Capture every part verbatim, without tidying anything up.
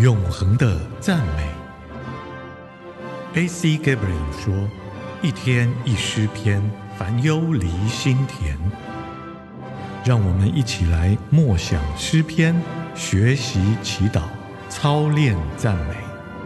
永恒的赞美。A C Gabriel 说：“一天一诗篇，烦忧离心田。”让我们一起来默想诗篇，学习祈祷，操练赞美。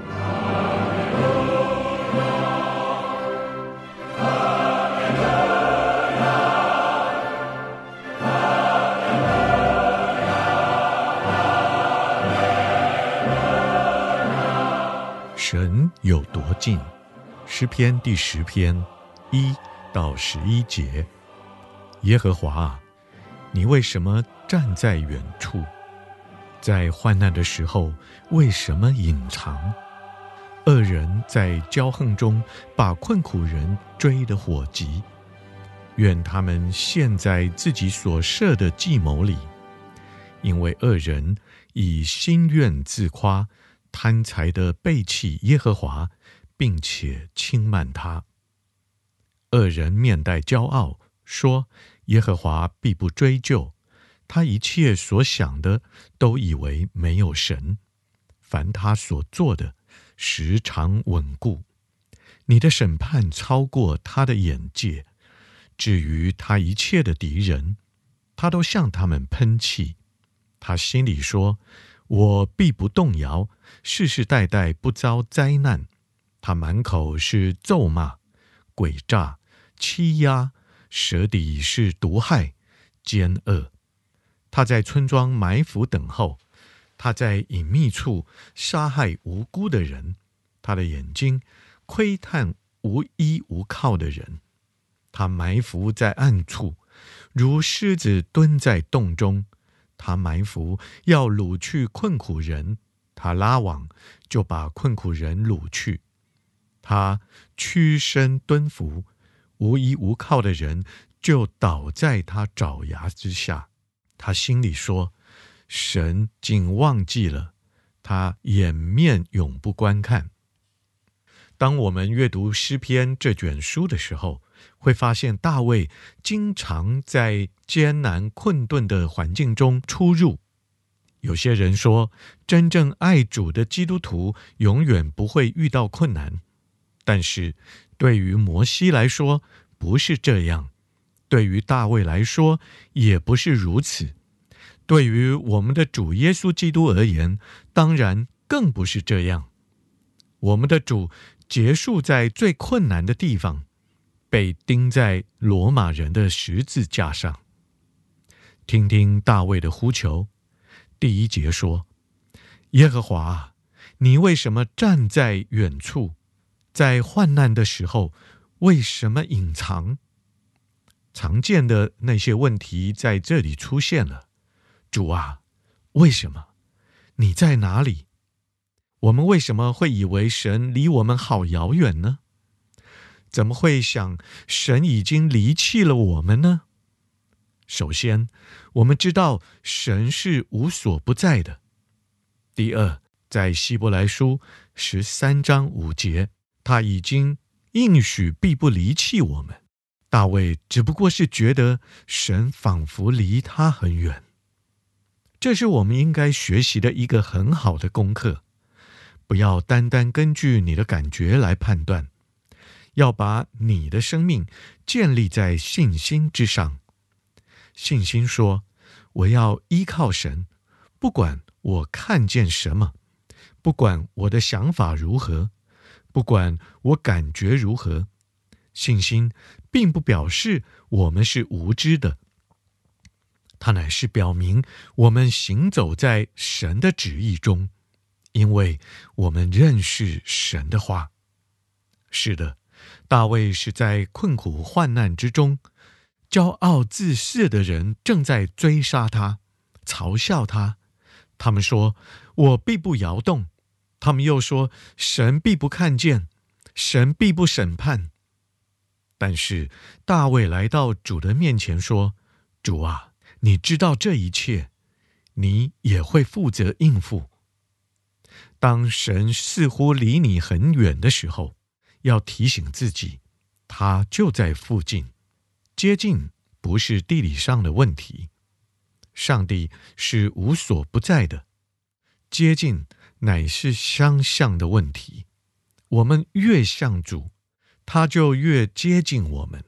神有多近？诗篇第十篇一到十一节。耶和华啊，你为什么站在远处？在患难的时候，为什么隐藏？恶人在骄横中把困苦人追得火急，愿他们陷在自己所设的计谋里，因为恶人以心愿自夸，贪财的背弃耶和华，并且轻慢他。恶人面带骄傲，说耶和华必不追究，他一切所想的都以为没有神，凡他所做的时常稳固。你的审判超过他的眼界，至于他一切的敌人，他都向他们喷气。他心里说，我必不动摇，世世代代不遭灾难。他满口是咒骂、诡诈、欺压，舌底是毒害、奸恶。他在村庄埋伏等候，他在隐秘处杀害无辜的人。他的眼睛窥探无依无靠的人。他埋伏在暗处，如狮子蹲在洞中。他埋伏要掳去困苦人，他拉网就把困苦人掳去。他屈身蹲伏，无依无靠的人就倒在他爪牙之下。他心里说，神竟忘记了，他掩面永不观看。当我们阅读诗篇这卷书的时候，会发现大卫经常在艰难困顿的环境中出入。有些人说，真正爱主的基督徒永远不会遇到困难，但是对于摩西来说不是这样，对于大卫来说也不是如此，对于我们的主耶稣基督而言，当然更不是这样。我们的主结束在最困难的地方，被钉在罗马人的十字架上。听听大卫的呼求。第一节说，耶和华，你为什么站在远处？在患难的时候，为什么隐藏？常见的那些问题在这里出现了。主啊，为什么？你在哪里？我们为什么会以为神离我们好遥远呢？怎么会想神已经离弃了我们呢？首先，我们知道神是无所不在的。第二，在希伯来书十三章五节，他已经应许必不离弃我们。大卫只不过是觉得神仿佛离他很远。这是我们应该学习的一个很好的功课。不要单单根据你的感觉来判断，要把你的生命建立在信心之上。信心说，我要依靠神，不管我看见什么，不管我的想法如何，不管我感觉如何。信心并不表示我们是无知的，它乃是表明我们行走在神的旨意中，因为我们认识神的话。是的，大卫是在困苦患难之中，骄傲自恃的人正在追杀他，嘲笑他。他们说，我必不摇动。他们又说，神必不看见，神必不审判。但是大卫来到主的面前说，主啊，你知道这一切，你也会负责应付。当神似乎离你很远的时候，要提醒自己，他就在附近。接近不是地理上的问题，上帝是无所不在的。接近乃是相像的问题。我们越像主，他就越接近我们。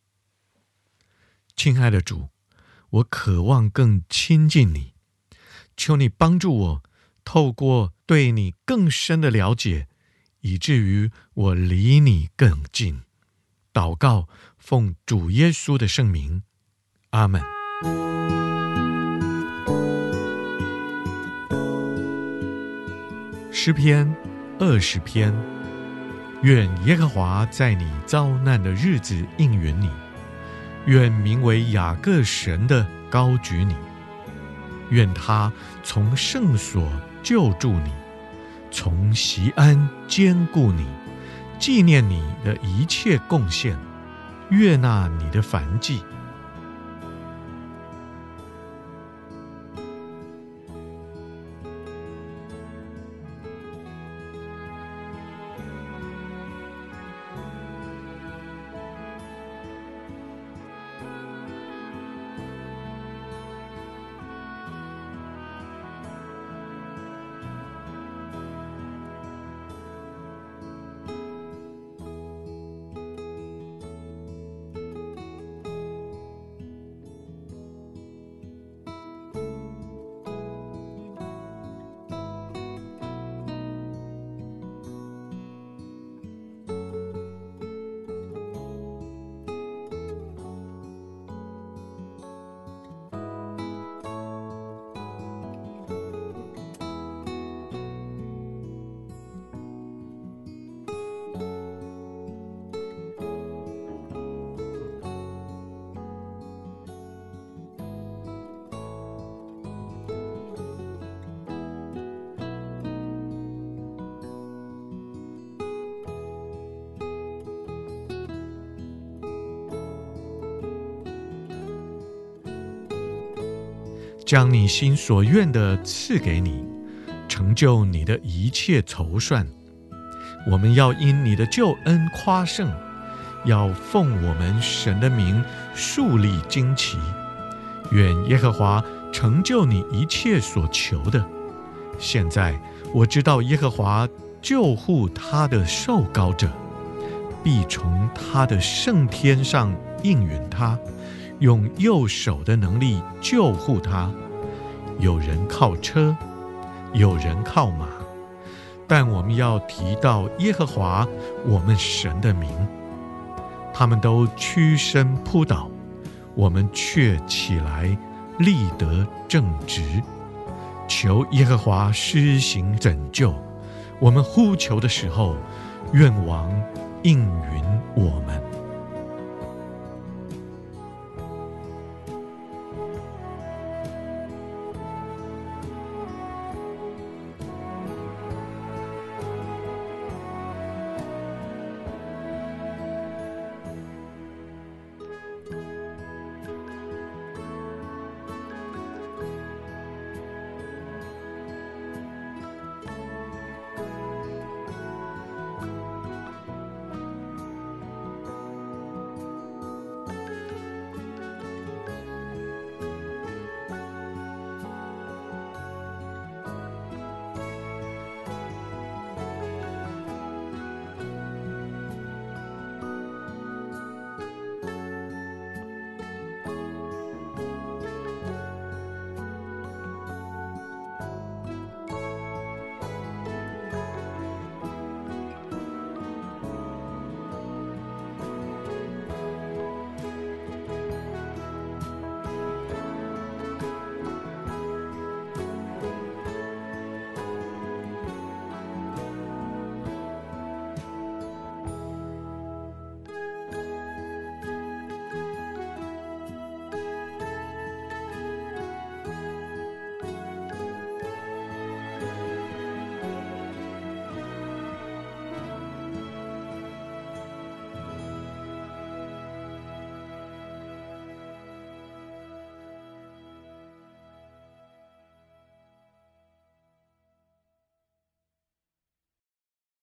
亲爱的主，我渴望更亲近你，求你帮助我，透过对你更深的了解，以至于我离你更近。祷告，奉主耶稣的圣名，阿们。诗篇二十篇，愿耶和华在你遭难的日子应允你，愿名为雅各神的高举你，愿他从圣所救助你，从锡安坚固你，纪念你的一切贡献，悦纳你的燔祭。将你心所愿的赐给你，成就你的一切筹算。我们要因你的救恩夸胜，要奉我们神的名树立旌旗。愿耶和华成就你一切所求的。现在我知道耶和华救护他的受膏者，必从他的圣天上应允他，用右手的能力救护他。有人靠车，有人靠马，但我们要提到耶和华我们神的名。他们都屈身扑倒，我们却起来立得正直。求耶和华施行拯救，我们呼求的时候，愿王应允我们。